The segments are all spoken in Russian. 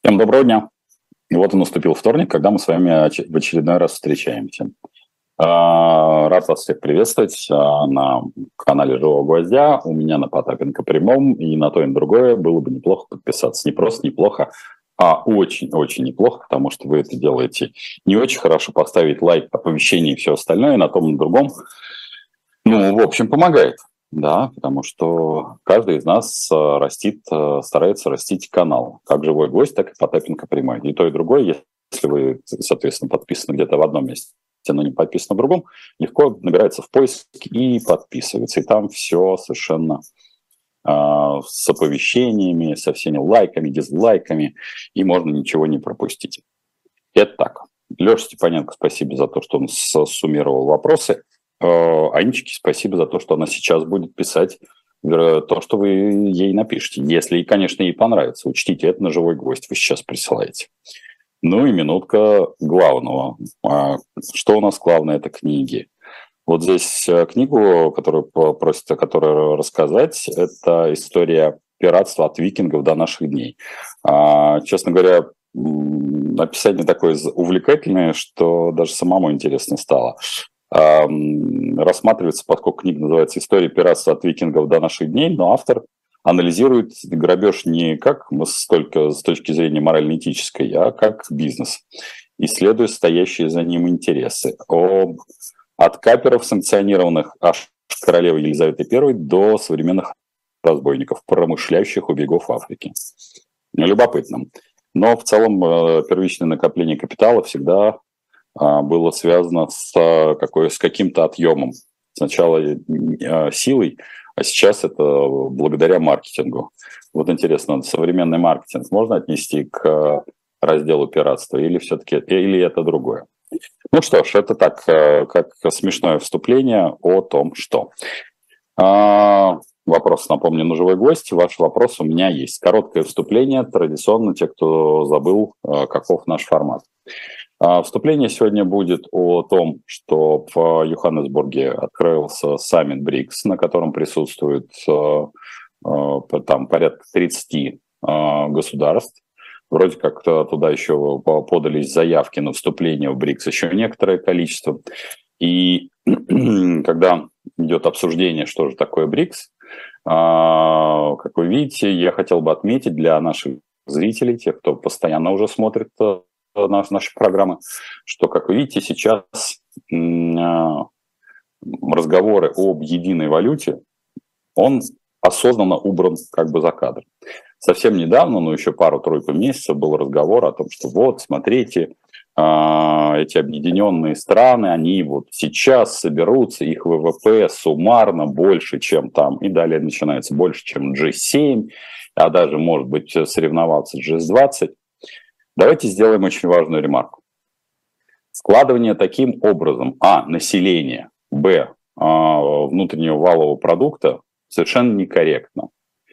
Всем доброго дня. И вот и наступил вторник, когда мы с вами в очередной раз встречаемся. Рад вас всех приветствовать на канале «Живого гвоздя». У меня на Потапенко прямом, и на то, и на другое было бы неплохо подписаться. Не просто неплохо, а очень-очень неплохо, потому что вы это делаете не очень хорошо. Поставить лайк, оповещение и все остальное на том и на другом, в общем, помогает. Да, потому что каждый из нас старается растить канал. Как «Живой гвоздь», так и Потапенко прямой. И то, и другое, если вы, соответственно, подписаны где-то в одном месте, но не подписано в другом, легко набирается в поиск и подписывается. И там все совершенно с оповещениями, со всеми лайками, дизлайками, и можно ничего не пропустить. Это так. Леша Степаненко, спасибо за то, что он суммировал вопросы. Анечке спасибо за то, что она сейчас будет писать то, что вы ей напишете. Если, конечно, ей понравится. Учтите, это на «Живой гвоздь» вы сейчас присылаете. Ну и минутка главного. Что у нас главное? Это книги. Вот здесь книгу, которую просят, которую рассказать, это история пиратства от викингов до наших дней. Честно говоря, описание такое увлекательное, что даже самому интересно стало. Рассматривается, поскольку книга называется «История пиратства от викингов до наших дней», но автор анализирует грабеж не как столько с точки зрения морально-этической, а как бизнес, исследуя стоящие за ним интересы. От каперов, санкционированных аж королевы Елизаветы I, до современных разбойников, промышляющих у берегов Африки. Любопытно. Но в целом первичное накопление капитала всегда было связано с каким-то отъемом. Сначала силой, а сейчас это благодаря маркетингу. Вот интересно, современный маркетинг можно отнести к разделу пиратства или все-таки или это другое? Ну что ж, это так, как смешное вступление о том, что. Вопрос, напомню, на «Живой гвоздь». Ваш вопрос у меня есть. Короткое вступление, традиционно, те, кто забыл, каков наш формат. Вступление сегодня будет о том, что в Йоханнесбурге открылся саммит БРИКС, на котором присутствует там порядка 30 государств. Вроде как туда еще подались заявки на вступление в БРИКС еще некоторое количество. И когда идет обсуждение, что же такое БРИКС, как вы видите, я хотел бы отметить для наших зрителей, тех, кто постоянно уже смотрит наши программы, что, как вы видите, сейчас разговоры об единой валюте, он осознанно убран как бы за кадр. Совсем недавно, еще пару-тройку месяцев, был разговор о том, что вот, смотрите, эти объединенные страны, они вот сейчас соберутся, их ВВП суммарно больше, чем там, и далее начинается больше, чем G7, а даже, может быть, соревноваться с G20. Давайте сделаем очень важную ремарку. Складывание таким образом, населения, внутреннего валового продукта совершенно некорректно.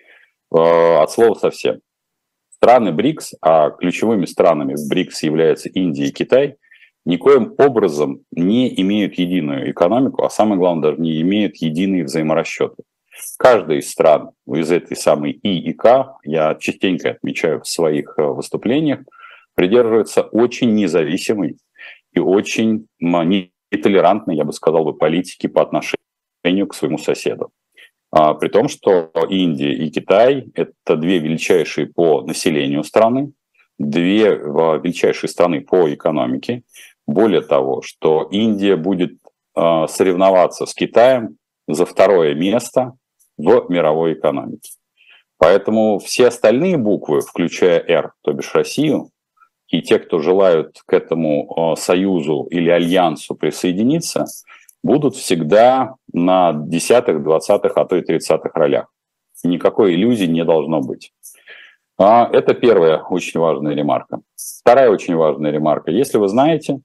От слова совсем. Страны БРИКС, а ключевыми странами в БРИКС являются Индия и Китай, никоим образом не имеют единую экономику, а самое главное, даже не имеют единые взаиморасчеты. Каждая из стран из этой самой И и К, я частенько отмечаю в своих выступлениях, придерживается очень независимой и очень нетолерантной, я бы сказал, политики по отношению к своему соседу. При том, что Индия и Китай – это две величайшие по населению страны, две величайшие страны по экономике. Более того, что Индия будет соревноваться с Китаем за второе место в мировой экономике. Поэтому все остальные буквы, включая «Р», то бишь Россию, и те, кто желают к этому союзу или альянсу присоединиться, будут всегда на 10-х, 20-х, а то и 30-х ролях. И никакой иллюзии не должно быть. Это первая очень важная ремарка. Вторая очень важная ремарка. Если вы знаете,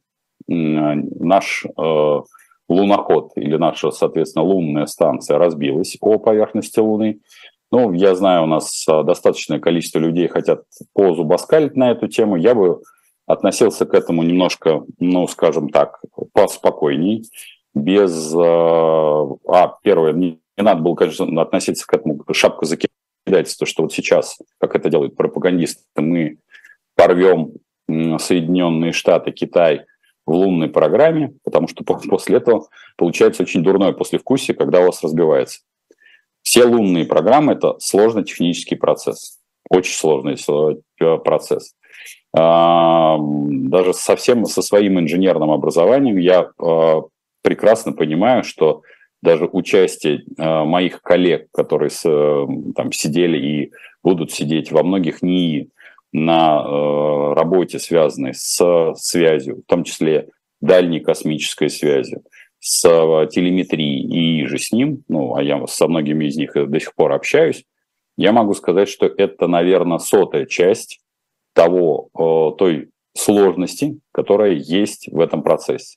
наш луноход или наша, соответственно, лунная станция разбилась о поверхности Луны. Я знаю, у нас достаточное количество людей хотят позубоскалить на эту тему. Я бы относился к этому немножко, скажем так, поспокойней. Первое, не надо было, конечно, относиться к этому шапку закидательства, что вот сейчас, как это делают пропагандисты, мы порвем Соединенные Штаты, Китай в лунной программе, потому что после этого получается очень дурное послевкусие, когда у вас разбивается. Все лунные программы – это сложный технический процесс, очень сложный процесс. Даже со своим инженерным образованием я прекрасно понимаю, что даже участие моих коллег, которые там сидели и будут сидеть во многих НИИ на работе, связанной с связью, в том числе дальней космической связью, с телеметрией и же с ним, ну, а я со многими из них до сих пор общаюсь, я могу сказать, что это, наверное, 100-я часть той сложности, которая есть в этом процессе.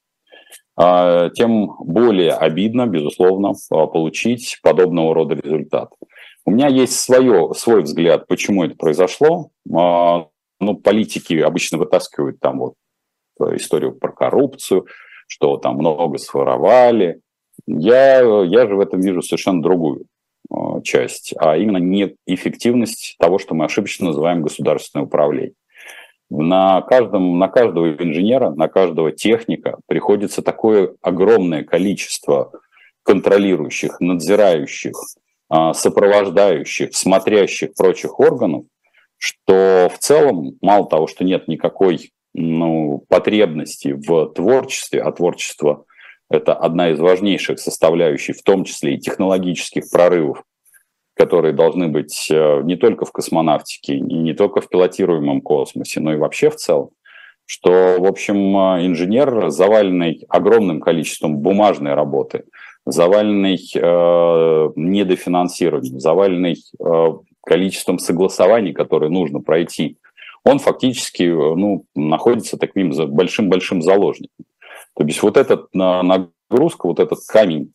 Тем более обидно, безусловно, получить подобного рода результат. У меня есть свой взгляд, почему это произошло. Политики обычно вытаскивают там вот историю про коррупцию, что там много своровали. Я же в этом вижу совершенно другую часть, а именно неэффективность того, что мы ошибочно называем государственное управление. На каждого инженера, на каждого техника приходится такое огромное количество контролирующих, надзирающих, сопровождающих, смотрящих прочих органов, что в целом мало того, что нет никакой потребности в творчестве, а творчество – это одна из важнейших составляющих, в том числе и технологических прорывов, которые должны быть не только в космонавтике и не только в пилотируемом космосе, но и вообще в целом, что, в общем, инженер, заваленный огромным количеством бумажной работы, заваленный недофинансированием, заваленный количеством согласований, которые нужно пройти, он фактически находится таким большим-большим заложником. То есть вот эта нагрузка, вот этот камень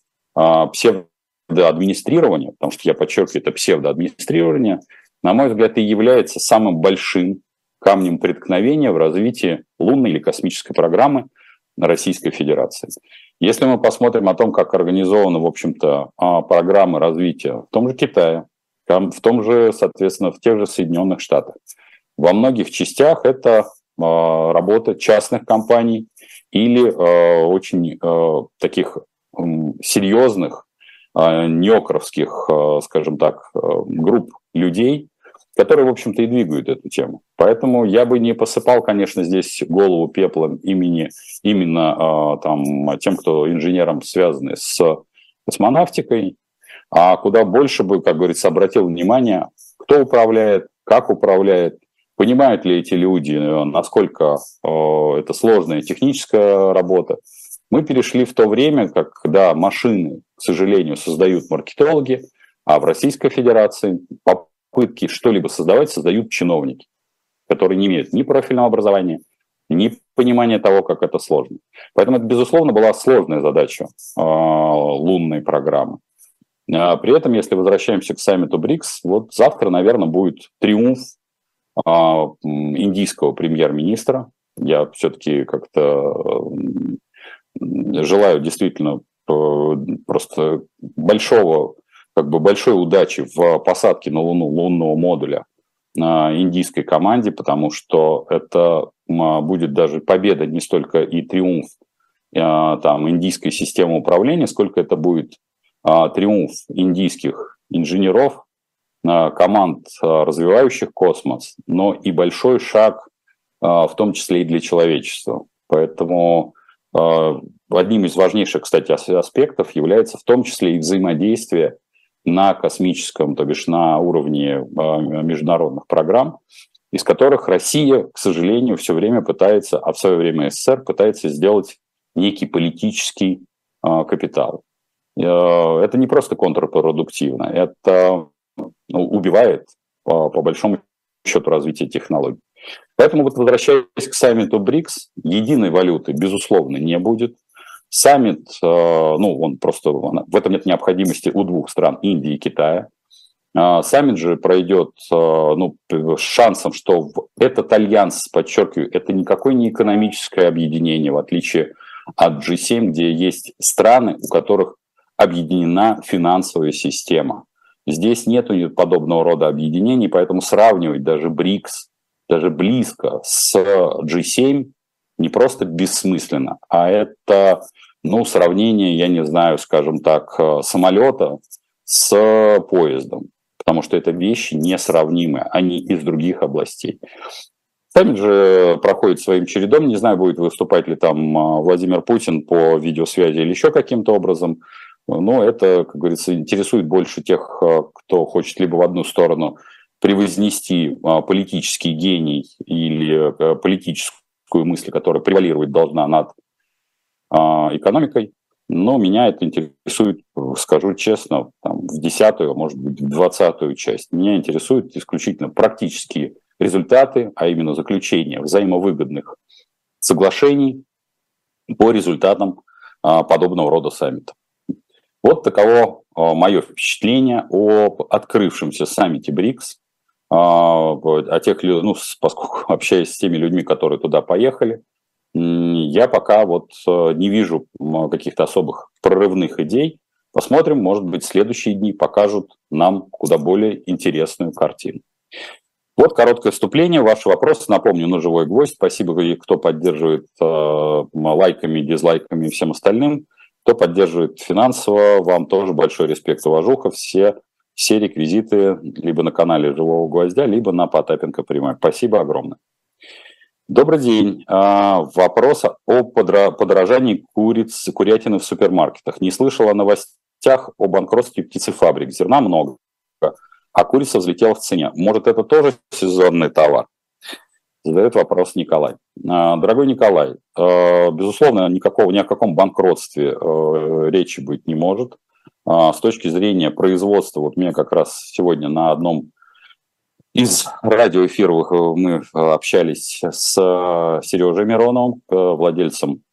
псевдоадминистрирования, потому что я подчеркиваю, это псевдоадминистрирование, на мой взгляд, и является самым большим камнем преткновения в развитии лунной или космической программы Российской Федерации. Если мы посмотрим о том, как организованы, в общем-то, программы развития в том же Китае, в том же, соответственно, в тех же Соединенных Штатах, во многих частях это работа частных компаний или очень таких серьезных, неокровских, скажем так, групп людей, которые, в общем-то, и двигают эту тему. Поэтому я бы не посыпал, конечно, здесь голову пеплом именно тем, кто инженером связаны с космонавтикой, а куда больше бы, как говорится, обратил внимание, кто управляет, как управляет, понимают ли эти люди, насколько это сложная техническая работа. Мы перешли в то время, когда машины, к сожалению, создают маркетологи, а в Российской Федерации попытки что-либо создают чиновники, которые не имеют ни профильного образования, ни понимания того, как это сложно. Поэтому это, безусловно, была сложная задача лунной программы. При этом, если возвращаемся к саммиту БРИКС, вот завтра, наверное, будет триумф индийского премьер-министра. Я все-таки как-то желаю действительно просто большой удачи в посадке на Луну лунного модуля индийской команде, потому что это будет даже победа, не столько и триумф индийской системы управления, сколько это будет триумф индийских инженеров, команд, развивающих космос, но и большой шаг, в том числе и для человечества. Поэтому одним из важнейших, кстати, аспектов является в том числе и взаимодействие на космическом, то бишь на уровне международных программ, из которых Россия, к сожалению, все время пытается, а в свое время СССР пытается сделать некий политический капитал. Это не просто контрпродуктивно, это убивает по большому счету развитие технологий. Поэтому вот возвращаясь к саммиту БРИКС, единой валюты, безусловно, не будет. Саммит, в этом нет необходимости у двух стран, Индии и Китая. Саммит же пройдет с шансом, что этот альянс, подчеркиваю, это никакое не экономическое объединение, в отличие от G7, где есть страны, у которых объединена финансовая система. Здесь нет подобного рода объединений, поэтому сравнивать даже БРИКС, даже близко с G7 не просто бессмысленно, а это, сравнение, я не знаю, скажем так, самолета с поездом, потому что это вещи несравнимые, они из других областей. Саммит же проходит своим чередом, не знаю, будет выступать ли там Владимир Путин по видеосвязи или еще каким-то образом, но это, как говорится, интересует больше тех, кто хочет либо в одну сторону превознести политический гений или политическую мысль, которая превалировать должна над экономикой, но меня это интересует, скажу честно, там, в 10-ю, может быть, в 20-ю часть. Меня интересуют исключительно практические результаты, а именно заключение взаимовыгодных соглашений по результатам подобного рода саммита. Вот таково мое впечатление об открывшемся саммите БРИКС, поскольку общаюсь с теми людьми, которые туда поехали, я пока не вижу каких-то особых прорывных идей. Посмотрим, может быть, следующие дни покажут нам куда более интересную картину. Вот короткое вступление. Ваши вопросы, напомню, на живой гвоздь. Спасибо, кто поддерживает лайками, дизлайками и всем остальным. Кто поддерживает финансово, вам тоже большой респект, уважуха. Все реквизиты либо на канале Живого Гвоздя, либо на Потапенко прямой. Спасибо огромное. Добрый день. Вопрос о подорожании курятины в супермаркетах. Не слышал о новостях о банкротстве птицефабрик. Зерна много, а курица взлетела в цене. Может, это тоже сезонный товар? Задает вопрос Николай. Дорогой Николай, безусловно, ни о каком банкротстве речи быть не может. С точки зрения производства, мне как раз сегодня на одном из радиоэфиров мы общались с Сережей Мироновым, владельцем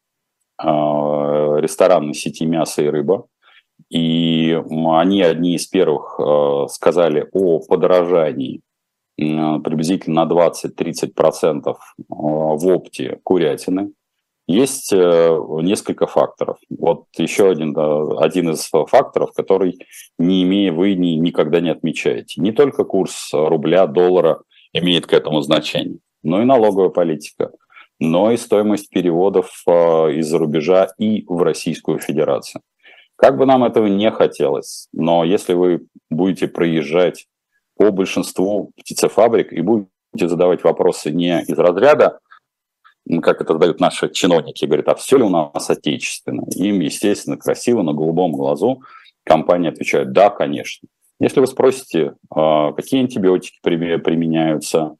ресторанной сети «Мясо и рыба». И они одни из первых сказали о подорожании приблизительно на 20-30% в опте курятины. Есть несколько факторов. Вот еще один из факторов, который, вы никогда не отмечаете. Не только курс рубля, доллара имеет к этому значение, но и налоговая политика, но и стоимость переводов из-за рубежа и в Российскую Федерацию. Как бы нам этого не хотелось, но если вы будете проезжать по большинству птицефабрик и будете задавать вопросы не из разряда, как это задают наши чиновники, говорят, а все ли у нас отечественно? Им, естественно, красиво, на голубом глазу компания отвечает, да, конечно. Если вы спросите, какие антибиотики применяются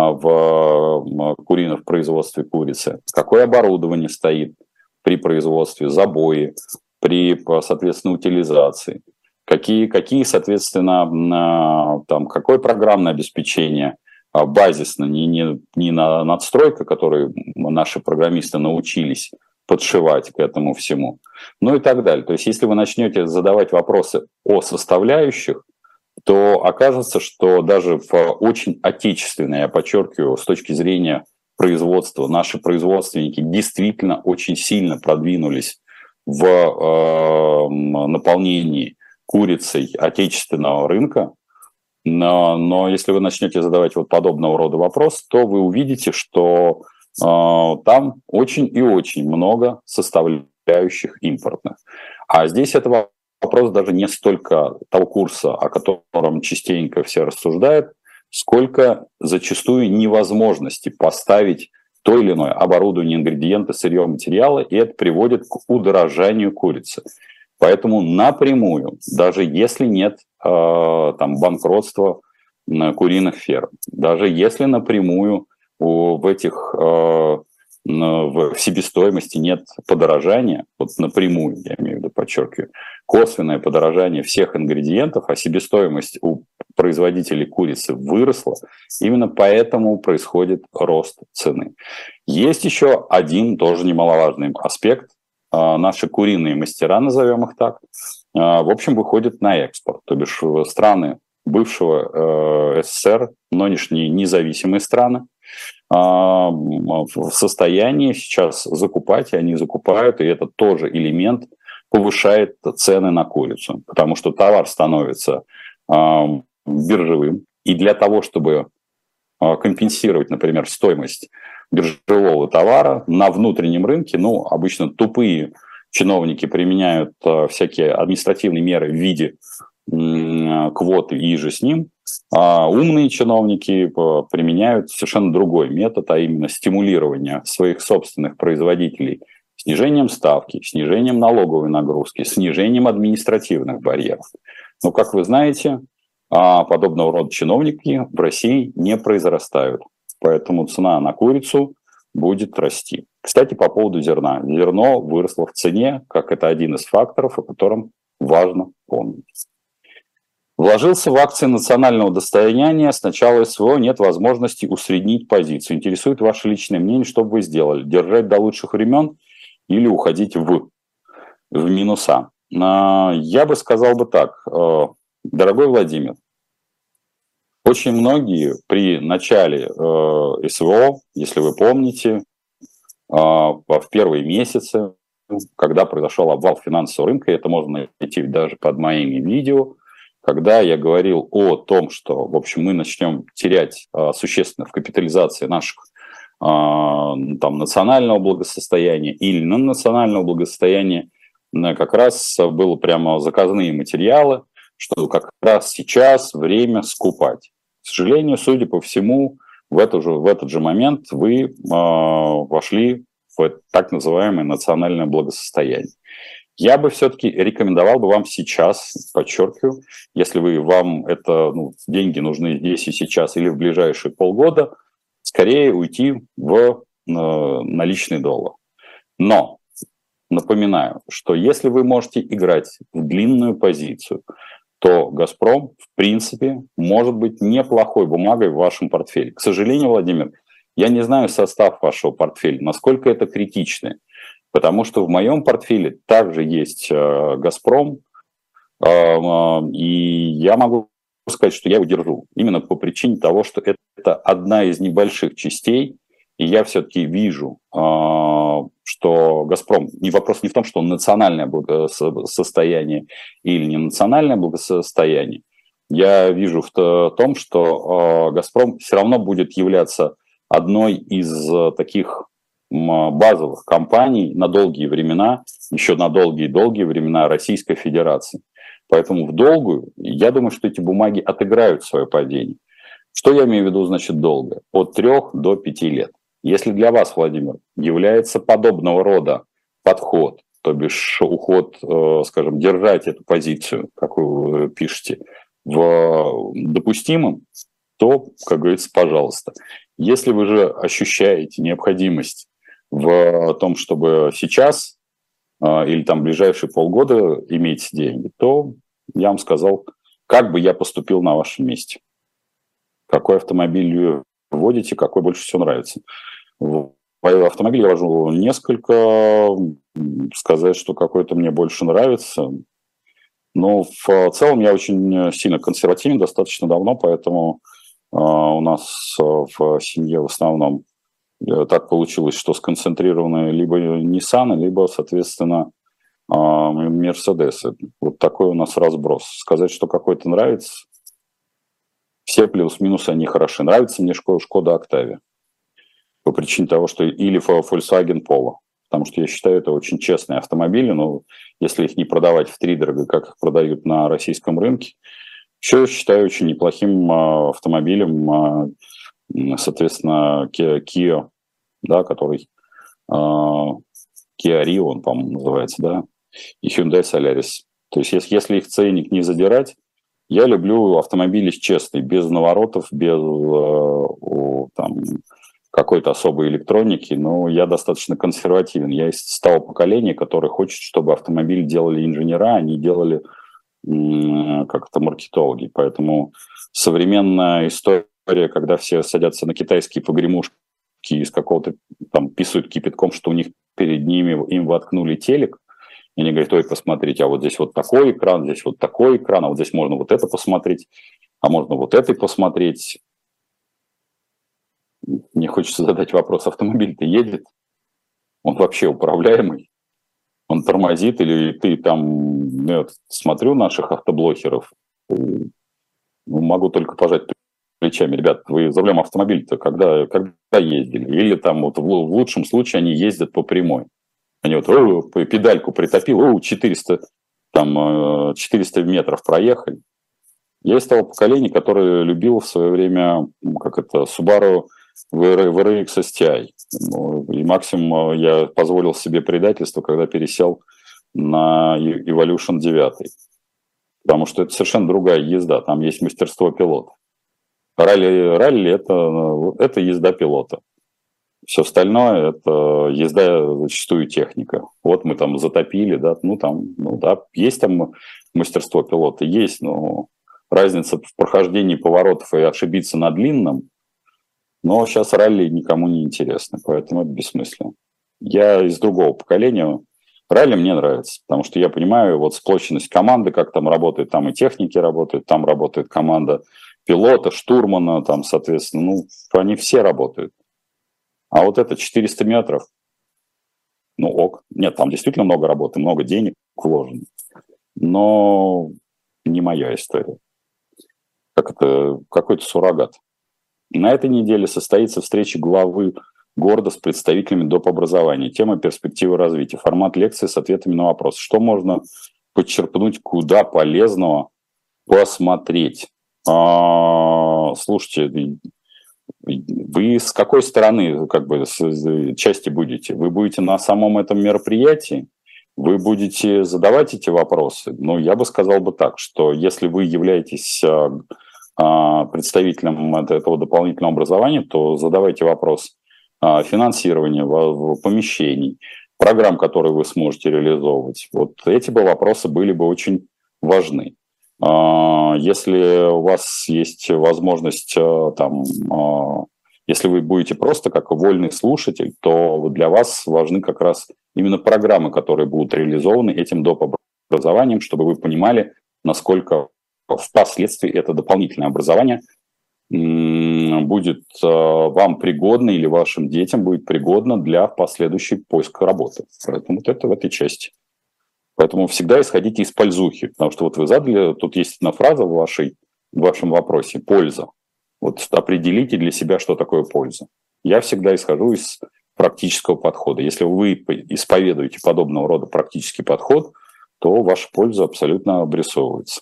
в курином производстве курицы, какое оборудование стоит при производстве, забои, при, соответственно, утилизации, какие соответственно, какое программное обеспечение базисно, не надстройка, которую наши программисты научились подшивать к этому всему, ну и так далее. То есть если вы начнете задавать вопросы о составляющих, то окажется, что даже в очень отечественной, я подчеркиваю, с точки зрения производства, наши производственники действительно очень сильно продвинулись в наполнении курицей отечественного рынка. Но если вы начнете задавать подобного рода вопрос, то вы увидите, что там очень и очень много составляющих импортных. А здесь это вопрос даже не столько того курса, о котором частенько все рассуждают, сколько зачастую невозможности поставить то или иное оборудование, ингредиенты, сырье, материалы, и это приводит к удорожанию курицы. Поэтому напрямую, даже если нет банкротства куриных ферм, даже если напрямую в себестоимости нет подорожания, напрямую, я имею в виду, подчеркиваю, косвенное подорожание всех ингредиентов, а себестоимость у производителей курицы выросла, именно поэтому происходит рост цены. Есть еще один тоже немаловажный аспект. Наши куриные мастера, назовем их так, в общем, выходят на экспорт, то бишь в страны бывшего СССР, нынешние независимые страны, в состоянии сейчас закупать, и они закупают, и это тоже элемент повышает цены на курицу, потому что товар становится биржевым, и для того, чтобы компенсировать, например, стоимость биржевого товара на внутреннем рынке. Ну, обычно тупые чиновники применяют всякие административные меры в виде квоты и же с ним, а умные чиновники применяют совершенно другой метод, а именно стимулирование своих собственных производителей снижением ставки, снижением налоговой нагрузки, снижением административных барьеров. Но, как вы знаете, подобного рода чиновники в России не произрастают, поэтому цена на курицу будет расти. Кстати, по поводу зерна. Зерно выросло в цене, как это один из факторов, о котором важно помнить. Вложился в акции национального достояния, с начала СВО нет возможности усреднить позицию. Интересует ваше личное мнение, что бы вы сделали? Держать до лучших времен или уходить в минуса? Я бы сказал бы так, дорогой Владимир, очень многие при начале СВО, если вы помните, в первые месяцы, когда произошел обвал финансового рынка, это можно найти даже под моими видео, когда я говорил о том, что, в общем, мы начнем терять существенно в капитализации наших там, национального благосостояния или национального благосостояния, как раз было прямо заказные материалы, что как раз сейчас время скупать. К сожалению, судя по всему, в этот же момент вы вошли в так называемое национальное благосостояние. Я бы все-таки рекомендовал бы вам сейчас, подчеркиваю, если вам деньги нужны здесь и сейчас или в ближайшие полгода, скорее уйти в наличный доллар. Но напоминаю, что если вы можете играть в длинную позицию, то «Газпром» в принципе может быть неплохой бумагой в вашем портфеле. К сожалению, Владимир, я не знаю состав вашего портфеля, насколько это критично. Потому что в моем портфеле также есть «Газпром», и я могу сказать, что я его держу. Именно по причине того, что это одна из небольших частей, и я все-таки вижу, что «Газпром», вопрос не в том, что он национальное благосостояние или не национальное благосостояние, я вижу в том, что «Газпром» все равно будет являться одной из таких базовых компаний на долгие времена, еще на долгие-долгие времена Российской Федерации. Поэтому в долгую, я думаю, что эти бумаги отыграют свое падение. Что я имею в виду, значит, долго? От 3 до 5 лет. Если для вас, Владимир, является подобного рода подход, то бишь уход, скажем, держать эту позицию, как вы пишете, в допустимом, то, как говорится, пожалуйста. Если вы же ощущаете необходимость в том, чтобы сейчас или там ближайшие полгода иметь деньги, то я вам сказал, как бы я поступил на вашем месте. Какой автомобиль водите, какой больше всего нравится. Автомобиль я вожу несколько, сказать, что какой-то мне больше нравится. Но в целом я очень сильно консервативен достаточно давно, поэтому у нас в семье в основном так получилось, что сконцентрированы либо Nissan, либо, соответственно, Мерседесы. Вот такой у нас разброс. Сказать, что какой-то нравится, все плюс-минус они хороши. Нравится мне Шкода Октавия по причине того, что или Volkswagen Polo, потому что я считаю, это очень честные автомобили, но если их не продавать втридорога, как их продают на российском рынке, еще считаю очень неплохим автомобилем, соответственно, Kia, да, который Kia Rio, он, по-моему, называется, да, и Hyundai Solaris. То есть, если их ценник не задирать, я люблю автомобили честные, без наворотов, без там, какой-то особой электроники, но я достаточно консервативен. Я из того поколения, которое хочет, чтобы автомобиль делали инженера, а не делали как-то маркетологи. Поэтому современная история, когда все садятся на китайские погремушки из какого-то там писают кипятком, что у них перед ними им воткнули телек, и они говорят, ой, посмотрите, а вот здесь вот такой экран, здесь вот такой экран, а вот здесь можно вот это посмотреть, а можно вот это посмотреть. Мне хочется задать вопрос, автомобиль-то едет? Он вообще управляемый? Он тормозит или ты там... Я смотрю наших автоблокеров, могу только пожать плечами: ребят, вы за рулем автомобиля-то когда ездили? Или там вот в лучшем случае они ездят по прямой. Они вот педальку притопил, 400 метров проехали. Я из того поколения, которое любил в свое время, Subaru WRX STI. И максимум я позволил себе предательство, когда пересел на Evolution 9. Потому что это совершенно другая езда, там есть мастерство пилота. Ралли это езда пилота. Все остальное – это езда зачастую техника. Вот мы там затопили, да, есть там мастерство пилота, есть, но разница в прохождении поворотов и ошибиться на длинном, но сейчас ралли никому не интересно, поэтому это бессмысленно. Я из другого поколения. Ралли мне нравится, потому что я понимаю вот сплоченность команды, как там работает, там и техники работают, там работает команда пилота, штурмана, там, соответственно, они все работают. А вот это 400 метров, ок. Нет, там действительно много работы, много денег вложено. Но не моя история. Какой-то суррогат. На этой неделе состоится встреча главы города с представителями доп. Образования. Тема перспективы развития. Формат лекции с ответами на вопросы. Что можно подчеркнуть, куда полезного посмотреть? Слушайте, вы с какой стороны части будете? Вы будете на самом этом мероприятии? Вы будете задавать эти вопросы? Я бы сказал так, что если вы являетесь представителем этого дополнительного образования, то задавайте вопрос финансирования помещений, программ, которые вы сможете реализовывать. Вот эти вопросы были бы очень важны. Если у вас есть возможность, если вы будете просто как вольный слушатель, то для вас важны как раз именно программы, которые будут реализованы этим доп. Образованием, чтобы вы понимали, насколько впоследствии это дополнительное образование будет вам пригодно или вашим детям будет пригодно для последующего поиска работы. Поэтому вот это в этой части. Поэтому всегда исходите из пользухи, потому что вот вы задали, тут есть одна фраза в вашем вопросе – польза. Вот определите для себя, что такое польза. Я всегда исхожу из практического подхода. Если вы исповедуете подобного рода практический подход, то ваша польза абсолютно обрисовывается.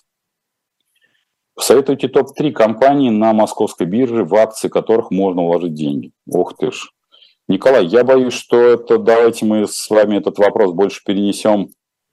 Советуйте топ-3 компаний на московской бирже, в акции которых можно вложить деньги. Ух ты ж. Николай, я боюсь, что давайте мы с вами этот вопрос больше перенесем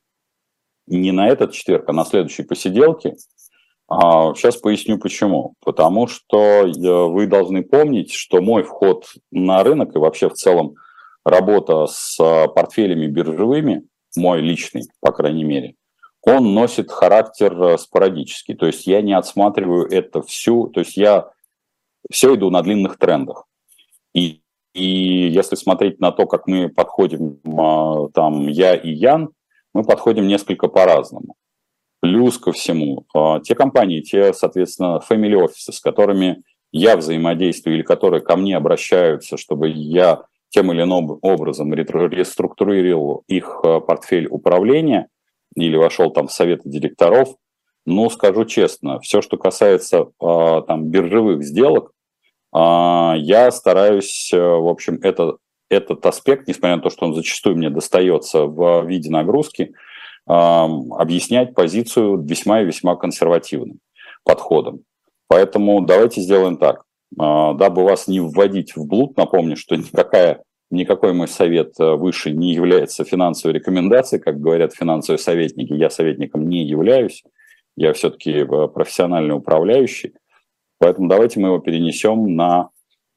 не на этот четверг, а на следующей посиделке. Сейчас поясню почему. Потому что вы должны помнить, что мой вход на рынок и вообще в целом работа с портфелями биржевыми, мой личный, по крайней мере, он носит характер спорадический. То есть я не отсматриваю это то есть я все иду на длинных трендах. И если смотреть на то, как мы подходим, я и Ян, мы подходим несколько по-разному. Плюс ко всему, те компании, соответственно, family offices, с которыми я взаимодействую или которые ко мне обращаются, чтобы я тем или иным образом реструктурировал их портфель управления или вошел в советы директоров, скажу честно, все, что касается биржевых сделок, я стараюсь, в общем, этот аспект, несмотря на то, что он зачастую мне достается в виде нагрузки, объяснять позицию весьма и весьма консервативным подходом. Поэтому давайте сделаем так. Дабы вас не вводить в блуд, напомню, что никакой мой совет выше не является финансовой рекомендацией, как говорят финансовые советники. Я советником не являюсь, я все-таки профессиональный управляющий. Поэтому давайте мы его перенесем на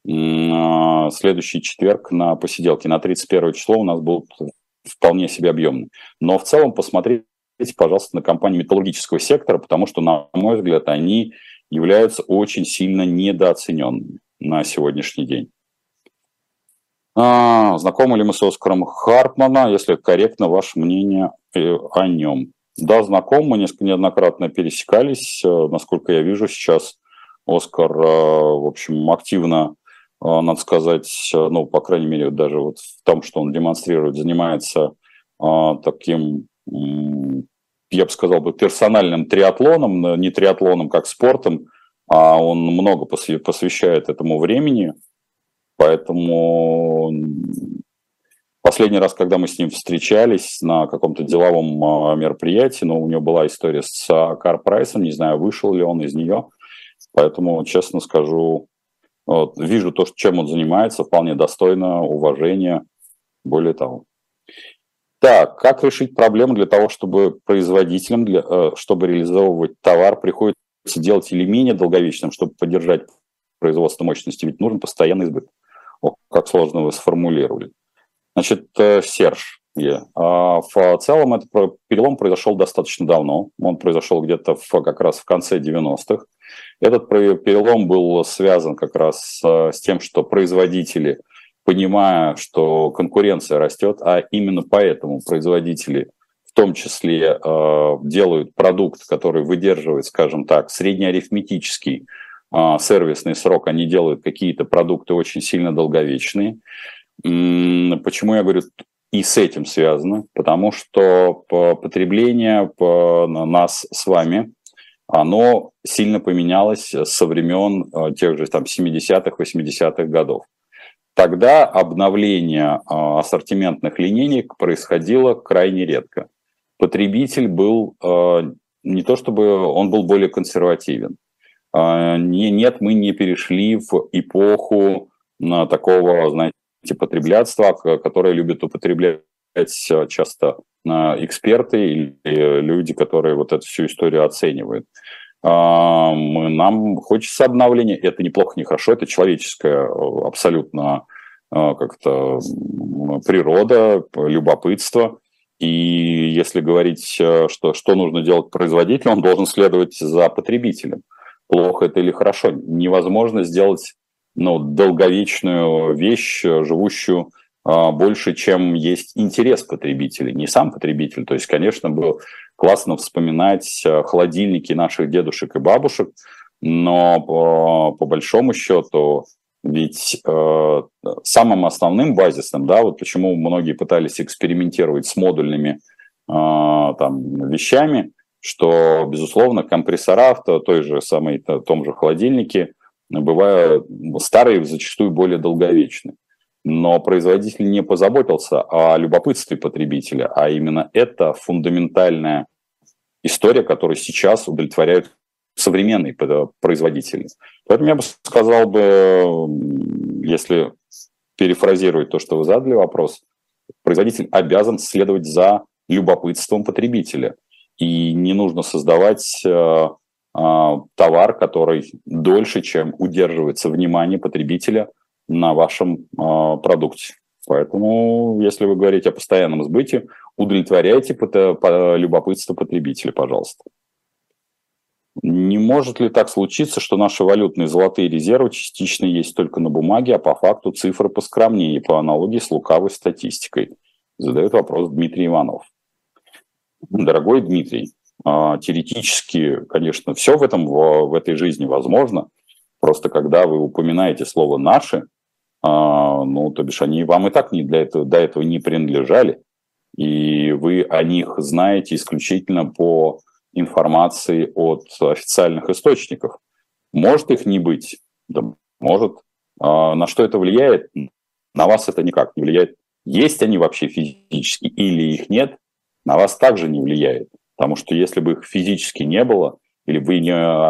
следующий четверг на посиделке. На 31 число у нас будут вполне себе объемные. Но в целом посмотрите, пожалуйста, на компании металлургического сектора, потому что, на мой взгляд, они являются очень сильно недооцененными на сегодняшний день. Знакомы ли мы с Оскаром Хартмана, если корректно ваше мнение о нем? Да, знаком, мы неоднократно пересекались. Насколько я вижу, сейчас Оскар, в общем, активно, надо сказать, по крайней мере, даже вот в том, что он демонстрирует, занимается таким, я бы сказал, персональным триатлоном, не триатлоном как спортом, а он много посвящает этому времени, поэтому последний раз, когда мы с ним встречались на каком-то деловом мероприятии, но у него была история с CarPrice, не знаю, вышел ли он из нее, поэтому, честно скажу, вот, вижу то, чем он занимается, вполне достойно уважения, более того. Так, как решить проблему для того, чтобы производителям, чтобы реализовывать товар, приходится делать или менее долговечным, чтобы поддержать производство мощности, ведь нужен постоянный сбыт. О, как сложно вы сформулировали. Значит, Серж, в целом этот перелом произошел достаточно давно, он произошел где-то как раз в конце 90-х. Этот перелом был связан как раз с тем, что производители, понимая, что конкуренция растет, а именно поэтому производители в том числе делают продукт, который выдерживает, скажем так, среднеарифметический сервисный срок, они делают какие-то продукты очень сильно долговечные. Почему я говорю, и с этим связано? Потому что потребление нас с вами, оно сильно поменялось со времен тех же там 70-х, 80-х годов. Тогда обновление ассортиментных линеек происходило крайне редко. Потребитель был не то чтобы он был более консервативен. Нет, мы не перешли в эпоху такого, знаете, потреблятства, которое любят употреблять часто эксперты или люди, которые вот эту всю историю оценивают. Нам хочется обновления, это неплохо, не хорошо, это человеческое абсолютно как-то природа, любопытство. И если говорить, что нужно делать производителю, он должен следовать за потребителем. Плохо это или хорошо. Невозможно сделать долговечную вещь, живущую больше, чем есть интерес потребителей, не сам потребитель. То есть, конечно, было классно вспоминать холодильники наших дедушек и бабушек, но по большому счету, ведь самым основным базисом, да, вот почему многие пытались экспериментировать с модульными вещами, что, безусловно, компрессора в том же холодильнике бывают старые, зачастую более долговечны. Но производитель не позаботился о любопытстве потребителя, а именно это фундаментальная история, которую сейчас удовлетворяют современные производители. Поэтому я бы сказал, если перефразировать то, что вы задали вопрос, производитель обязан следовать за любопытством потребителя. И не нужно создавать товар, который дольше, чем удерживается внимание потребителя на вашем продукте. Поэтому, если вы говорите о постоянном сбыте, удовлетворяйте любопытство потребителя, пожалуйста. Не может ли так случиться, что наши валютные золотые резервы частично есть только на бумаге, а по факту цифры поскромнее, по аналогии с лукавой статистикой? Задает вопрос Дмитрий Иванов. Дорогой Дмитрий, теоретически, конечно, все в этой жизни возможно. Просто когда вы упоминаете слово «наши», то бишь они вам и так до этого не принадлежали, и вы о них знаете исключительно по информации от официальных источников. Может их не быть? Да, может. На что это влияет? На вас это никак не влияет. Есть они вообще физически или их нет, на вас также не влияет. Потому что если бы их физически не было, или вы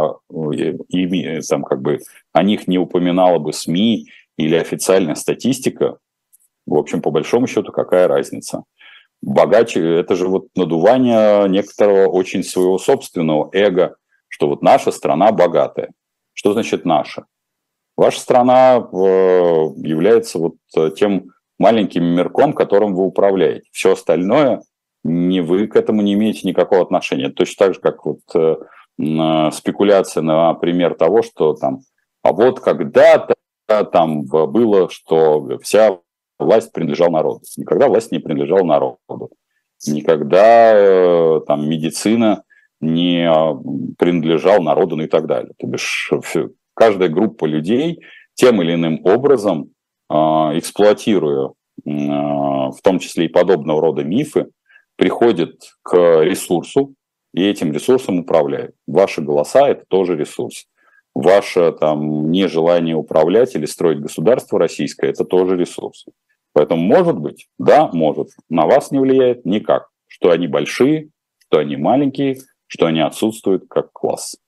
о них не упоминала бы СМИ или официальная статистика, в общем, по большому счету, какая разница? Богаче – это же вот надувание некоторого очень своего собственного эго, что вот наша страна богатая. Что значит наша? Ваша страна является вот тем маленьким мирком, которым вы управляете. Все остальное вы к этому не имеете никакого отношения. Это точно так же, как вот спекуляция на пример того, что там, а вот когда-то там было, что вся власть принадлежала народу. Никогда власть не принадлежала народу. Никогда там медицина не принадлежала народу, и так далее. То бишь каждая группа людей тем или иным образом, эксплуатируя в том числе и подобного рода мифы, приходит к ресурсу и этим ресурсом управляет. Ваши голоса – это тоже ресурс. ваше там нежелание управлять или строить государство российское – это тоже ресурс. Поэтому, может быть, да, может, на вас не влияет никак, что они большие, что они маленькие, что они отсутствуют как класс.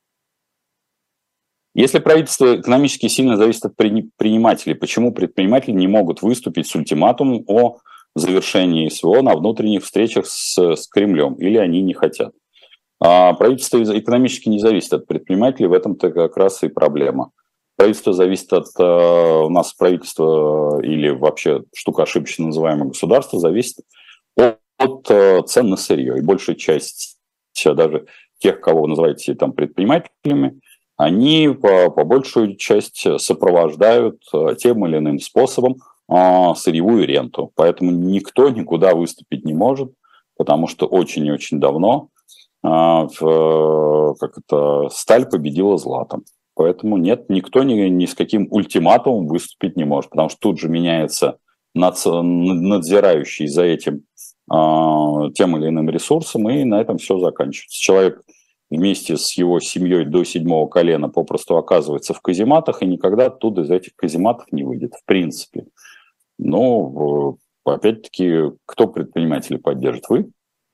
Если правительство экономически сильно зависит от предпринимателей, почему предприниматели не могут выступить с ультиматумом о завершении СВО на внутренних встречах с Кремлем, или они не хотят? А правительство экономически не зависит от предпринимателей, в этом-то как раз и проблема. Правительство зависит от у нас правительство или вообще штука ошибочно называемое государство зависит от цен на сырье. И большая часть даже тех, кого вы называете там предпринимателями, они по большую часть сопровождают тем или иным способом сырьевую ренту. Поэтому никто никуда выступить не может, потому что очень и очень давно сталь победила златом. Поэтому нет, никто ни с каким ультиматумом выступить не может, потому что тут же меняется надзирающий за этим тем или иным ресурсом, и на этом все заканчивается. Человек вместе с его семьей до 7-го колена попросту оказывается в казематах и никогда оттуда из этих казематов не выйдет, в принципе. Но, опять-таки, кто предпринимателей поддержит? Вы?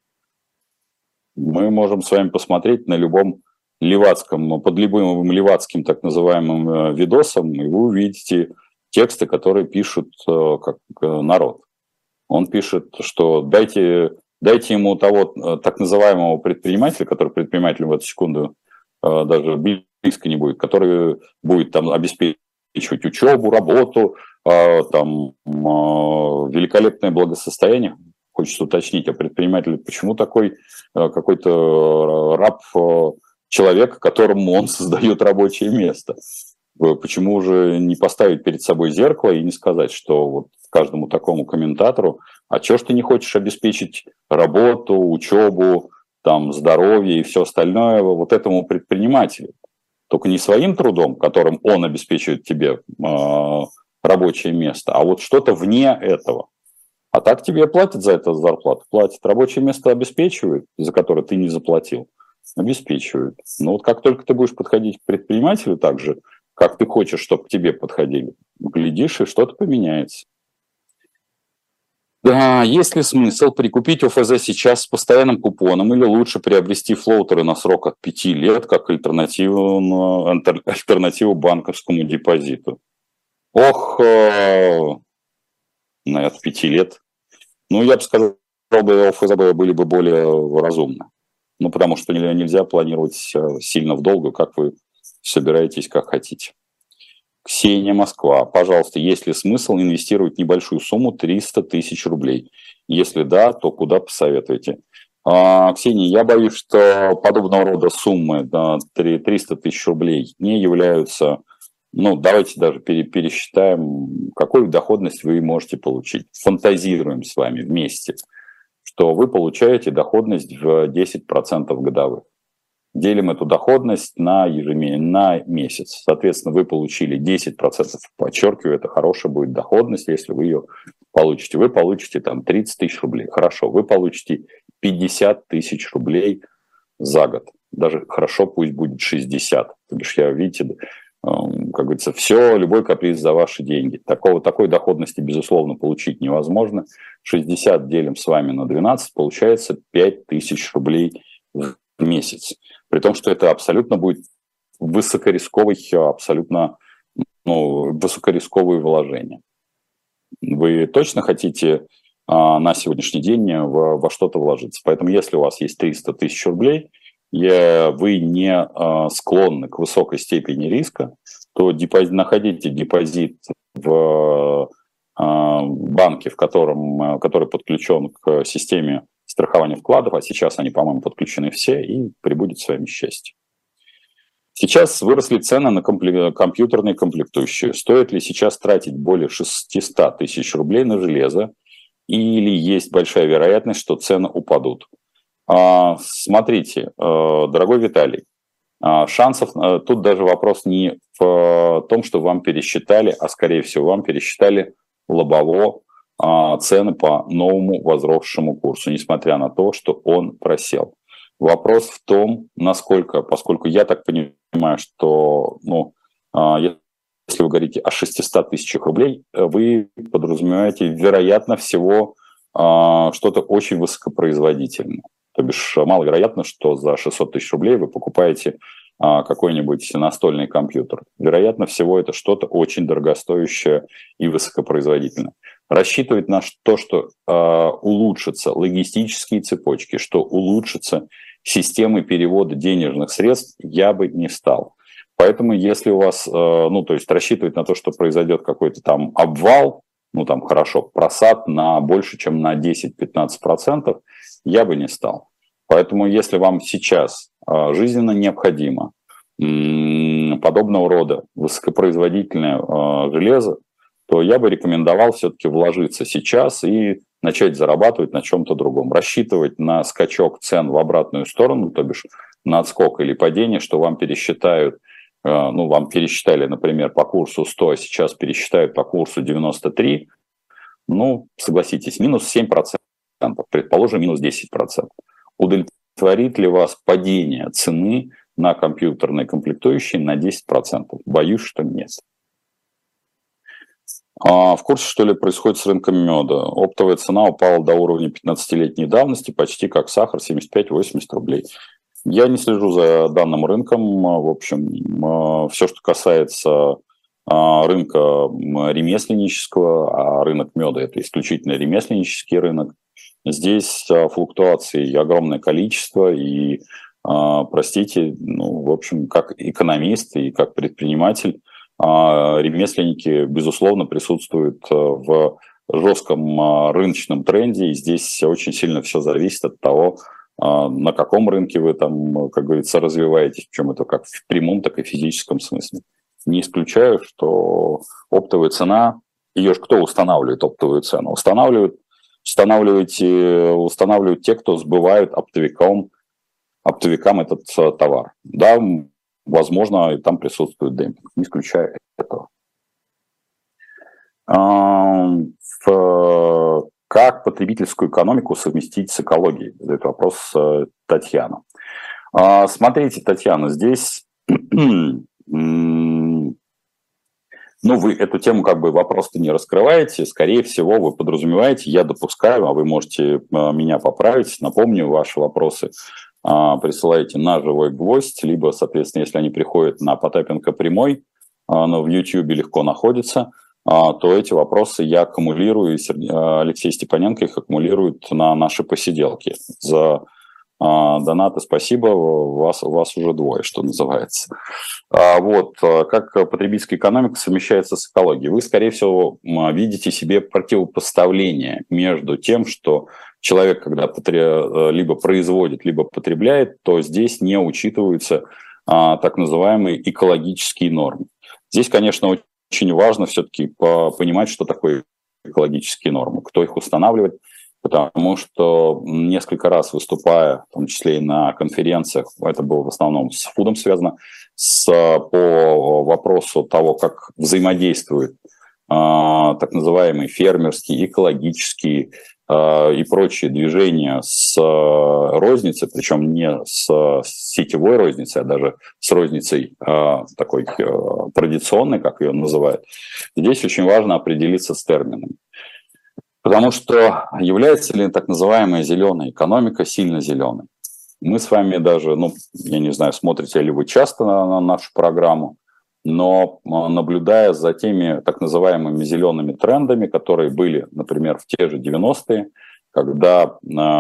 Мы можем с вами посмотреть на любом левацком, под любым левацким так называемым видосом, и вы увидите тексты, которые пишут как народ. Он пишет, что дайте ему того так называемого предпринимателя, который предпринимателем в эту секунду даже близко не будет, который будет там обеспечивать учебу, работу, там великолепное благосостояние. Хочется уточнить, а предприниматель почему такой какой-то раб человека, которому он создает рабочее место? Почему же не поставить перед собой зеркало и не сказать, что вот каждому такому комментатору, а чего ж ты не хочешь обеспечить работу, учебу, там, здоровье и все остальное вот этому предпринимателю? Только не своим трудом, которым он обеспечивает тебе рабочее место, а вот что-то вне этого. А так тебе платят за это зарплату, платят. Рабочее место обеспечивают, за которое ты не заплатил, обеспечивают. Но вот как только ты будешь подходить к предпринимателю так же, как ты хочешь, чтобы к тебе подходили, глядишь, и что-то поменяется. Да, есть ли смысл прикупить ОФЗ сейчас с постоянным купоном или лучше приобрести флоутеры на срок от 5 лет как альтернативу банковскому депозиту? Ох, наверное, 5 лет. Ну, я бы сказал, ОФЗ были бы более разумны. Ну, потому что нельзя планировать сильно в долгу, как вы собираетесь, как хотите. Ксения, Москва. Пожалуйста, есть ли смысл инвестировать небольшую сумму 300 тысяч рублей? Если да, то куда посоветуете? Ксения, я боюсь, что подобного рода суммы 300 тысяч рублей не являются... Ну, давайте даже пересчитаем, какую доходность вы можете получить. Фантазируем с вами вместе, что вы получаете доходность в 10% годовых. Делим эту доходность на месяц. Соответственно, вы получили 10%. Подчеркиваю, это хорошая будет доходность, если вы ее получите. Вы получите там 30 тысяч рублей. Хорошо. Вы получите 50 тысяч рублей за год. Даже хорошо, пусть будет 60. Потому что видите, как говорится, все, любой каприз за ваши деньги. Такой доходности, безусловно, получить невозможно. 60 делим с вами на 12, получается 5 тысяч рублей в месяц. При том, что это абсолютно будет высокорисковые вложения. Вы точно хотите на сегодняшний день во что-то вложиться? Поэтому если у вас есть 300 тысяч рублей, вы не склонны к высокой степени риска, то находите депозит в банке, который подключен к системе страхования вкладов, а сейчас они, по-моему, подключены все, и прибудет с вами счастье. Сейчас выросли цены на компьютерные комплектующие. Стоит ли сейчас тратить более 600 тысяч рублей на железо, или есть большая вероятность, что цены упадут? Смотрите, дорогой Виталий, шансов, тут даже вопрос не в том, что вам пересчитали, а скорее всего вам пересчитали лобово цены по новому возросшему курсу, несмотря на то, что он просел. Вопрос в том, насколько, поскольку я так понимаю, что, если вы говорите о 600 тысячах рублей, вы подразумеваете, вероятно всего, что-то очень высокопроизводительное. То бишь маловероятно, что за 600 тысяч рублей вы покупаете какой-нибудь настольный компьютер. Вероятно всего, это что-то очень дорогостоящее и высокопроизводительное. Рассчитывать на то, что улучшатся логистические цепочки, что улучшатся системы перевода денежных средств, я бы не стал. Поэтому если у вас, то есть рассчитывать на то, что произойдет какой-то там обвал, хорошо, просад на больше, чем на 10-15%, я бы не стал. Поэтому если вам сейчас жизненно необходимо подобного рода высокопроизводительное железо, то я бы рекомендовал все-таки вложиться сейчас и начать зарабатывать на чем-то другом. Рассчитывать на скачок цен в обратную сторону, то бишь на отскок или падение, что вам пересчитают, вам пересчитали, например, по курсу 100, а сейчас пересчитают по курсу 93, согласитесь, минус 7%, предположим, минус 10%. Удовлетворит ли вас падение цены на компьютерные комплектующие на 10%? Боюсь, что нет. В курсе, что ли, происходит с рынком меда? Оптовая цена упала до уровня 15-летней давности, почти как сахар, 75-80 рублей. Я не слежу за данным рынком. В общем, все, что касается рынка ремесленнического, а рынок меда – это исключительно ремесленнический рынок, здесь флуктуаций огромное количество, и, простите, в общем, как экономист и как предприниматель, ремесленники, безусловно, присутствуют в жестком рыночном тренде, и здесь очень сильно все зависит от того, на каком рынке вы там, как говорится, развиваетесь, причем это как в прямом, так и в физическом смысле. Не исключаю, что оптовая цена, ее же кто устанавливает оптовую цену? Устанавливают те, кто сбывают оптовикам этот товар. Да, возможно, и там присутствует демпинг. Не исключаю этого. Как потребительскую экономику совместить с экологией? Задает вопрос Татьяна. Смотрите, Татьяна, здесь... вы эту тему вопрос-то не раскрываете. Скорее всего, вы подразумеваете, я допускаю, а вы можете меня поправить. Напомню, ваши вопросы присылаете на живой гвоздь, либо, соответственно, если они приходят на Потапенко прямой, но в YouTube легко находится, то эти вопросы я аккумулирую, и Алексей Степаненко их аккумулирует на наши посиделки. За донаты спасибо, вас уже двое, что называется. Как потребительская экономика совмещается с экологией? Вы, скорее всего, видите себе противопоставление между тем, что человек, когда либо производит, либо потребляет, то здесь не учитываются так называемые экологические нормы. Здесь, конечно, очень важно все-таки понимать, что такое экологические нормы, кто их устанавливает, потому что несколько раз выступая, в том числе и на конференциях, это было в основном с фудом связано, по вопросу того, как взаимодействуют так называемые фермерские, экологические и прочие движения с розницей, причем не с сетевой розницей, а даже с розницей такой традиционной, как ее называют. Здесь очень важно определиться с терминами. Потому что является ли так называемая зеленая экономика сильно зеленой? Мы с вами даже, я не знаю, смотрите ли вы часто на нашу программу, но наблюдая за теми так называемыми зелеными трендами, которые были, например, в те же 90-е, когда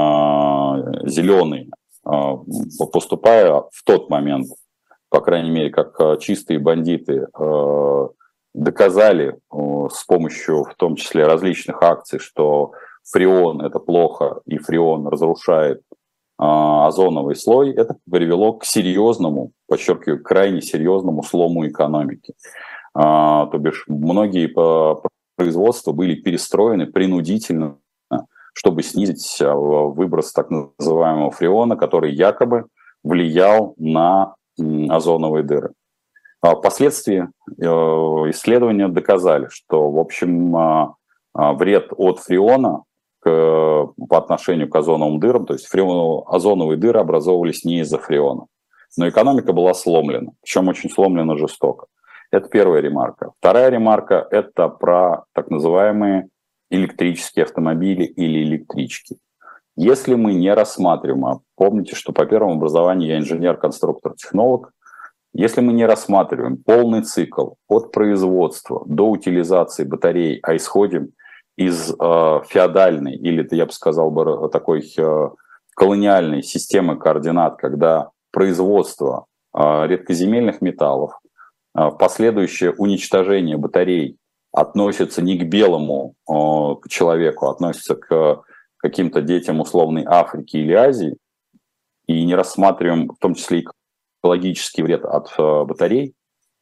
зеленые, поступая в тот момент, по крайней мере, как чистые бандиты, доказали с помощью, в том числе, различных акций, что фреон – это плохо, и фреон разрушает озоновый слой, это привело к серьезному, подчеркиваю, крайне серьезному слому экономики. То бишь многие производства были перестроены принудительно, чтобы снизить выброс так называемого фреона, который якобы влиял на озоновые дыры. Впоследствии исследования доказали, что, в общем, вред от фреона по отношению к озоновым дырам, то есть озоновые дыры образовывались не из-за фреона. Но экономика была сломлена, причем очень сломлена жестоко. Это первая ремарка. Вторая ремарка – это про так называемые электрические автомобили или электрички. Если мы не рассматриваем, а помните, что по первому образованию я инженер-конструктор-технолог, если мы не рассматриваем полный цикл от производства до утилизации батарей, а исходим из феодальной или, я бы сказал, такой колониальной системы координат, когда производство редкоземельных металлов, последующее уничтожение батарей относится не к белому к человеку, а относится к каким-то детям условной Африки или Азии, и не рассматриваем в том числе и экологический вред от батарей,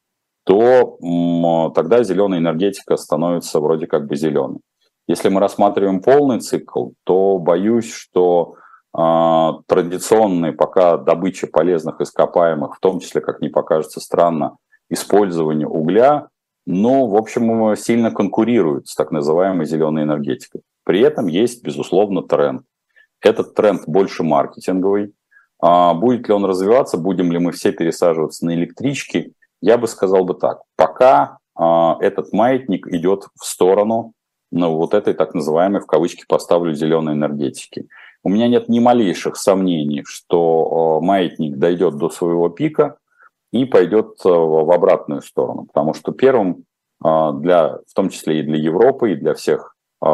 то тогда зеленая энергетика становится вроде как бы зеленой. Если мы рассматриваем полный цикл, то боюсь, что традиционная пока добыча полезных ископаемых, в том числе, как ни покажется странно, использование угля, но, в общем, сильно конкурирует с так называемой зеленой энергетикой. При этом есть, безусловно, тренд. Этот тренд больше маркетинговый. Будет ли он развиваться, будем ли мы все пересаживаться на электрички, я бы сказал бы так. Пока этот маятник идет в сторону вот этой так называемой, в кавычки поставлю, зеленой энергетики. У меня нет ни малейших сомнений, что маятник дойдет до своего пика и пойдет в обратную сторону. Потому что первым, в том числе и для Европы, и для всех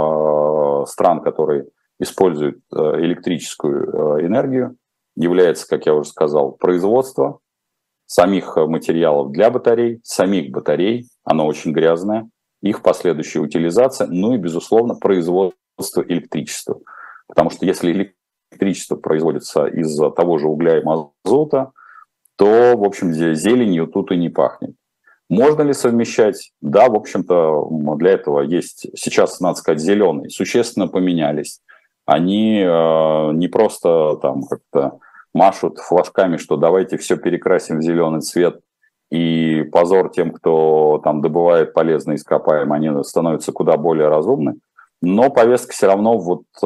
стран, которые используют электрическую энергию, является, как я уже сказал, производство самих материалов для батарей, самих батарей, оно очень грязное, их последующая утилизация, ну и, безусловно, производство электричества. Потому что если электричество производится из того же угля и мазута, то, в общем, зеленью тут и не пахнет. Можно ли совмещать? Да, в общем-то, для этого есть сейчас, надо сказать, зеленые, существенно поменялись. Они не просто там как-то машут флажками, что давайте все перекрасим в зеленый цвет, и позор тем, кто там добывает полезные ископаемые, они становятся куда более разумны. Но повестка все равно,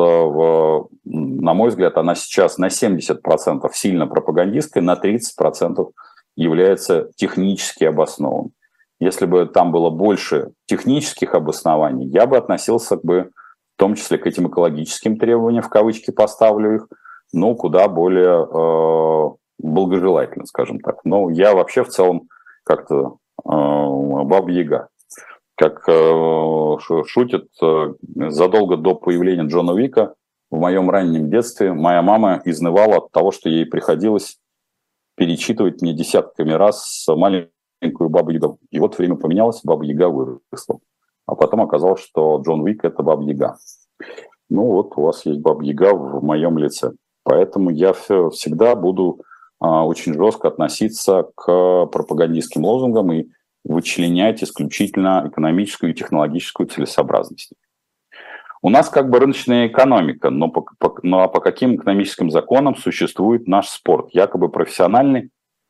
на мой взгляд, она сейчас на 70% сильно пропагандистская, на 30% является технически обоснованной. Если бы там было больше технических обоснований, я бы относился в том числе к этим экологическим требованиям, в кавычки поставлю их, но куда более благожелательно, скажем так. Но я вообще в целом как-то баба-яга. Как шутят, задолго до появления Джона Уика в моем раннем детстве моя мама изнывала от того, что ей приходилось перечитывать мне десятками раз маленькую Бабу-Ягу. И вот время поменялось, Баба-Яга выросла. А потом оказалось, что Джон Уик – это Баба-Яга. Ну вот у вас есть Баба-Яга в моем лице. Поэтому я всегда буду очень жестко относиться к пропагандистским лозунгам и вычленять исключительно экономическую и технологическую целесообразность. У нас как бы рыночная экономика, но по каким экономическим законам существует наш спорт? Якобы профессиональный.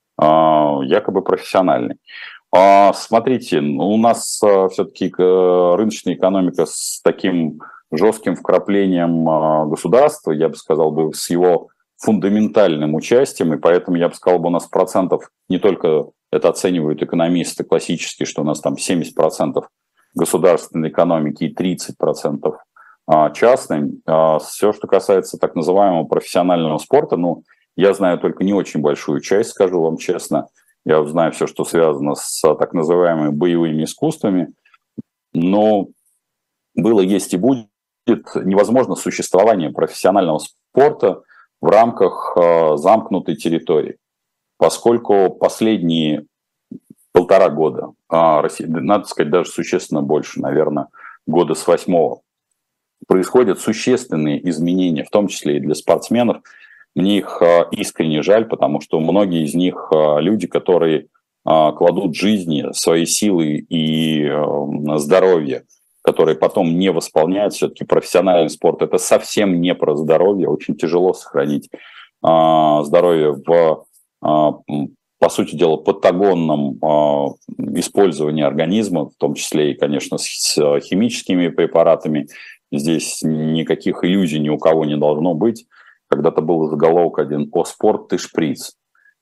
Смотрите, у нас все-таки рыночная экономика с таким жестким вкраплением государства, я бы сказал, с его фундаментальным участием, и поэтому я бы сказал, у нас процентов не только это оценивают экономисты классические, что у нас там 70% государственной экономики и 30% частной. Все, что касается так называемого профессионального спорта, я знаю только не очень большую часть, скажу вам честно. Я знаю все, что связано с так называемыми боевыми искусствами, но было, есть и будет невозможно существование профессионального спорта в рамках замкнутой территории. Поскольку последние 1,5 года, надо сказать, даже существенно больше, наверное, года с 8-го, происходят существенные изменения, в том числе и для спортсменов. Мне их искренне жаль, потому что многие из них люди, которые кладут жизни, свои силы и здоровье, которые потом не восполняют. Все-таки профессиональный спорт – это совсем не про здоровье. Очень тяжело сохранить здоровье по сути дела, патагонном использовании организма, в том числе и, конечно, с химическими препаратами, Здесь никаких иллюзий ни у кого не должно быть. Когда-то был заголовок один: «О, спорт, ты шприц».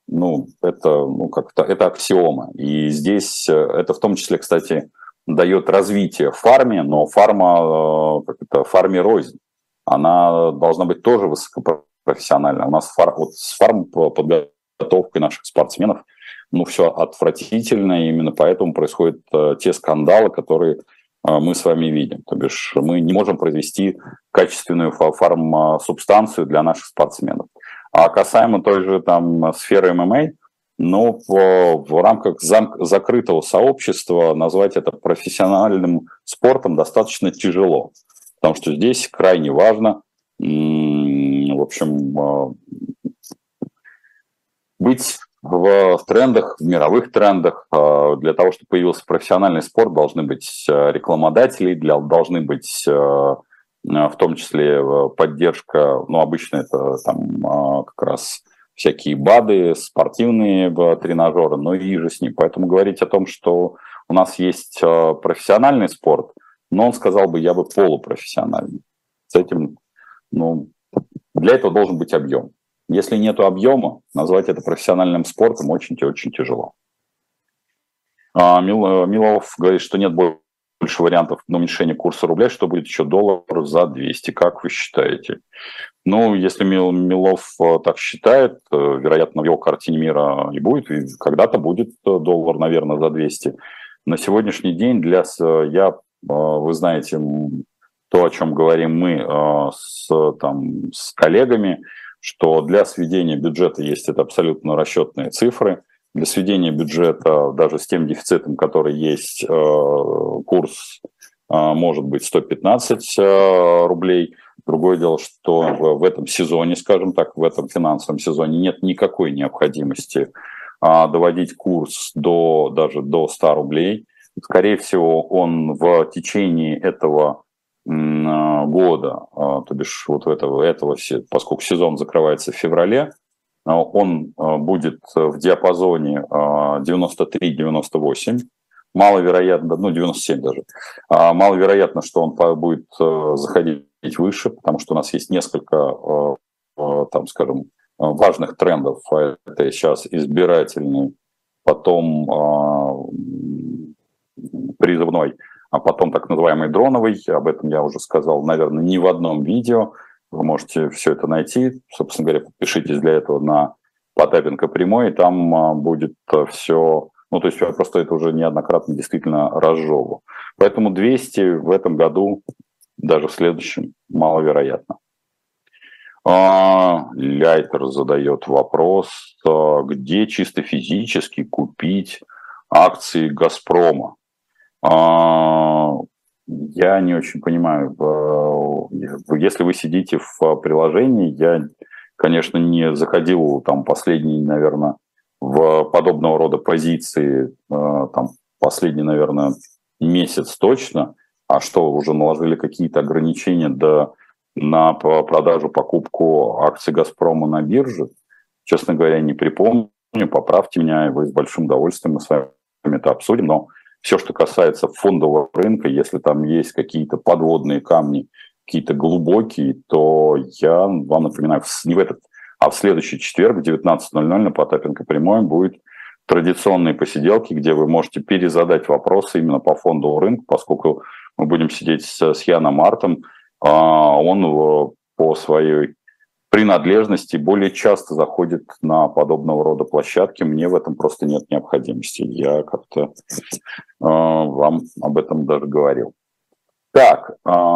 Это аксиома. И здесь это в том числе, кстати, дает развитие фарме, но фарме рознь. Она должна быть тоже высокопрофессиональна. У нас с подготовкой наших спортсменов все отвратительно, и именно поэтому происходят те скандалы, которые мы с вами видим. То бишь мы не можем произвести качественную фарм-субстанцию для наших спортсменов. А касаемо той же сферы ММА, в рамках закрытого сообщества назвать это профессиональным спортом достаточно тяжело, потому что здесь крайне важно, быть в трендах, в мировых трендах. Для того, чтобы появился профессиональный спорт, должны быть рекламодатели, должны быть в том числе поддержка, обычно это как раз всякие БАДы, спортивные тренажеры, и же с ним. Поэтому говорить о том, что у нас есть профессиональный спорт, но он сказал бы, я бы полупрофессиональный. С этим, для этого должен быть объем. Если нет объема, назвать это профессиональным спортом очень тяжело. Милов говорит, что нет больше вариантов на уменьшение курса рубля, что будет еще доллар за 200. Как вы считаете? Если Милов так считает, вероятно, в его картине мира и будет, и когда-то будет доллар, наверное, за 200. На сегодняшний день вы знаете, то, о чем говорим мы с коллегами, что для сведения бюджета есть это абсолютно расчетные цифры. Для сведения бюджета даже с тем дефицитом, который есть, курс может быть 115 рублей. Другое дело, что в этом сезоне, скажем так, в этом финансовом сезоне нет никакой необходимости доводить курс даже до 100 рублей. Скорее всего, он в течение этого года, то бишь поскольку сезон закрывается в феврале, он будет в диапазоне 93-98. Маловероятно, 97 даже. Маловероятно, что он будет заходить выше, потому что у нас есть несколько, важных трендов. Это сейчас избирательный, потом призывной, а потом так называемый дроновый. Об этом я уже сказал, наверное, не в одном видео. Вы можете все это найти. Собственно говоря, подпишитесь для этого на Потапенко прямой, и там будет все. То есть я просто это уже неоднократно действительно разжевывал. Поэтому 200 в этом году, даже в следующем, маловероятно. Ляйтер задает вопрос, где чисто физически купить акции «Газпрома». Я не очень понимаю. Если вы сидите в приложении, я, конечно, не заходил последний, наверное, в подобного рода позиции последний, наверное, месяц точно. А что, уже наложили какие-то ограничения на продажу, покупку акций «Газпрома» на бирже? Честно говоря, не припомню. Поправьте меня, и с большим удовольствием мы с вами это обсудим. Но все, что касается фондового рынка, если там есть какие-то подводные камни, какие-то глубокие, то я вам напоминаю, не в этот, а в следующий четверг в 19:00 на Потапенко прямой будет традиционные посиделки, где вы можете перезадать вопросы именно по фондовому рынку, поскольку мы будем сидеть с Яном Артом. Он по своей принадлежности более часто заходит на подобного рода площадки. Мне в этом просто нет необходимости. Я как-то вам об этом даже говорил. Так,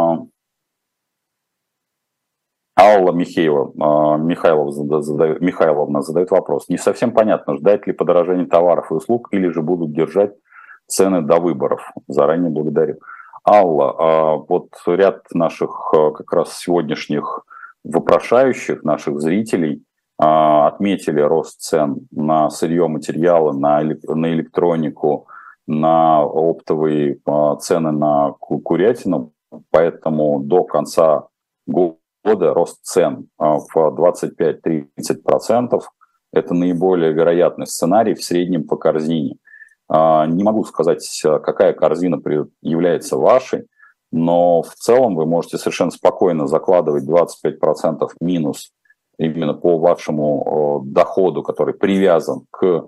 Алла Михайловна задает вопрос. Не совсем понятно, ждать ли подорожание товаров и услуг, или же будут держать цены до выборов. Заранее благодарю. Алла, вот ряд наших как раз сегодняшних вопрошающих, наших зрителей, отметили рост цен на сырье, материалы, на электронику, на оптовые цены на курятину. Поэтому до конца года рост цен в 25-30%. Это наиболее вероятный сценарий в среднем по корзине. Не могу сказать, какая корзина является вашей, но в целом вы можете совершенно спокойно закладывать 25% минус именно по вашему доходу, который привязан к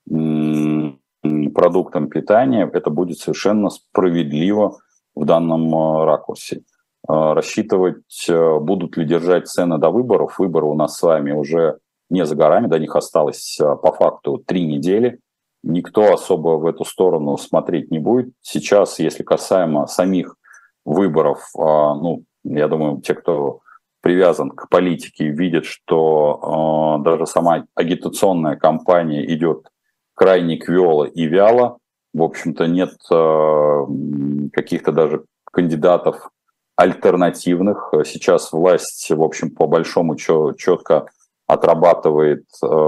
продуктам питания. Это будет совершенно справедливо в данном ракурсе. Рассчитывать, будут ли держать цены до выборов. Выборы у нас с вами уже не за горами, до них осталось по факту 3 недели. Никто особо в эту сторону смотреть не будет. Сейчас, если касаемо самих выборов, ну, я думаю, те, кто привязан к политике, видят, что даже сама агитационная кампания идет крайне квело и вяло. В общем-то, нет каких-то даже кандидатов альтернативных. Сейчас власть, в общем, по большому четко отрабатывает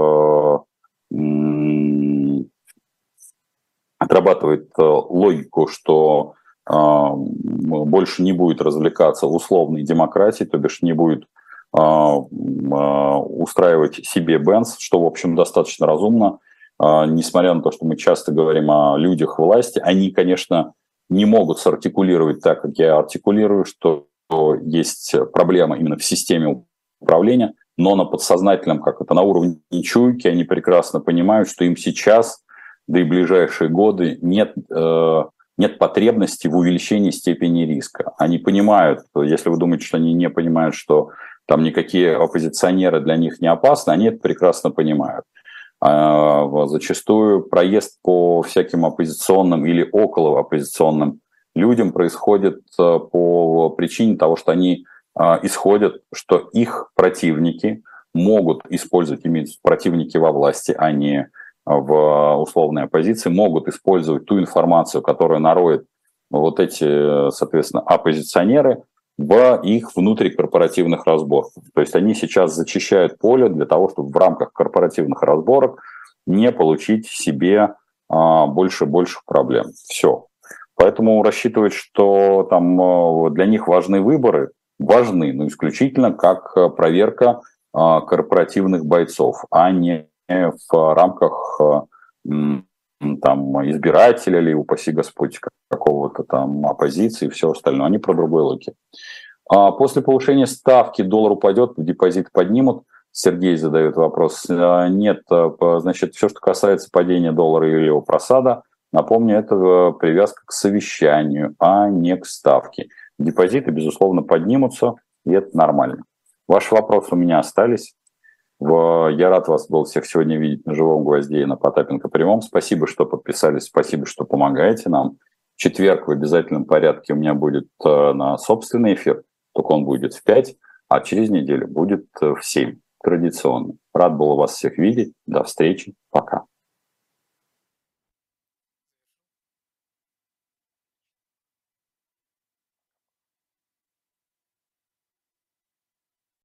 логику, что больше не будет развлекаться в условной демократии, то бишь не будет устраивать себе бенз, что, в общем, достаточно разумно, несмотря на то, что мы часто говорим о людях власти. Они, конечно, не могут сартикулировать так, как я артикулирую, что есть проблема именно в системе управления, но на подсознательном, как это, на уровне чуйки, они прекрасно понимают, что им сейчас, да и ближайшие годы, нет потребности в увеличении степени риска. Они понимают, если вы думаете, что они не понимают, что там никакие оппозиционеры для них не опасны, они это прекрасно понимают. Зачастую проезд по всяким оппозиционным или около оппозиционным людям происходит по причине того, что они исходят, что их противники могут использовать, имеются противники во власти, а не в условной оппозиции, могут использовать ту информацию, которую нароют вот эти, соответственно, оппозиционеры в их внутрикорпоративных разборках. То есть они сейчас зачищают поле для того, чтобы в рамках корпоративных разборок не получить себе больше и больше проблем. Все. Поэтому рассчитывать, что там для них важны выборы, важны, но исключительно как проверка корпоративных бойцов, а не в рамках там избирателя или, упаси Господь, какого-то там оппозиции и все остальное. Они про другой логики. После повышения ставки доллар упадет, депозиты поднимут. Сергей задает вопрос. Нет, значит, все, что касается падения доллара или его просада, напомню, это привязка к совещанию, а не к ставке. Депозиты, безусловно, поднимутся, и это нормально. Ваши вопросы у меня остались. Я рад вас был всех сегодня видеть на «Живом гвозде» и на Потапенко прямом. Спасибо, что подписались, спасибо, что помогаете нам. В четверг в обязательном порядке у меня будет на собственный эфир, только он будет в 5, а через неделю будет в 7, традиционно. Рад был вас всех видеть. До встречи. Пока.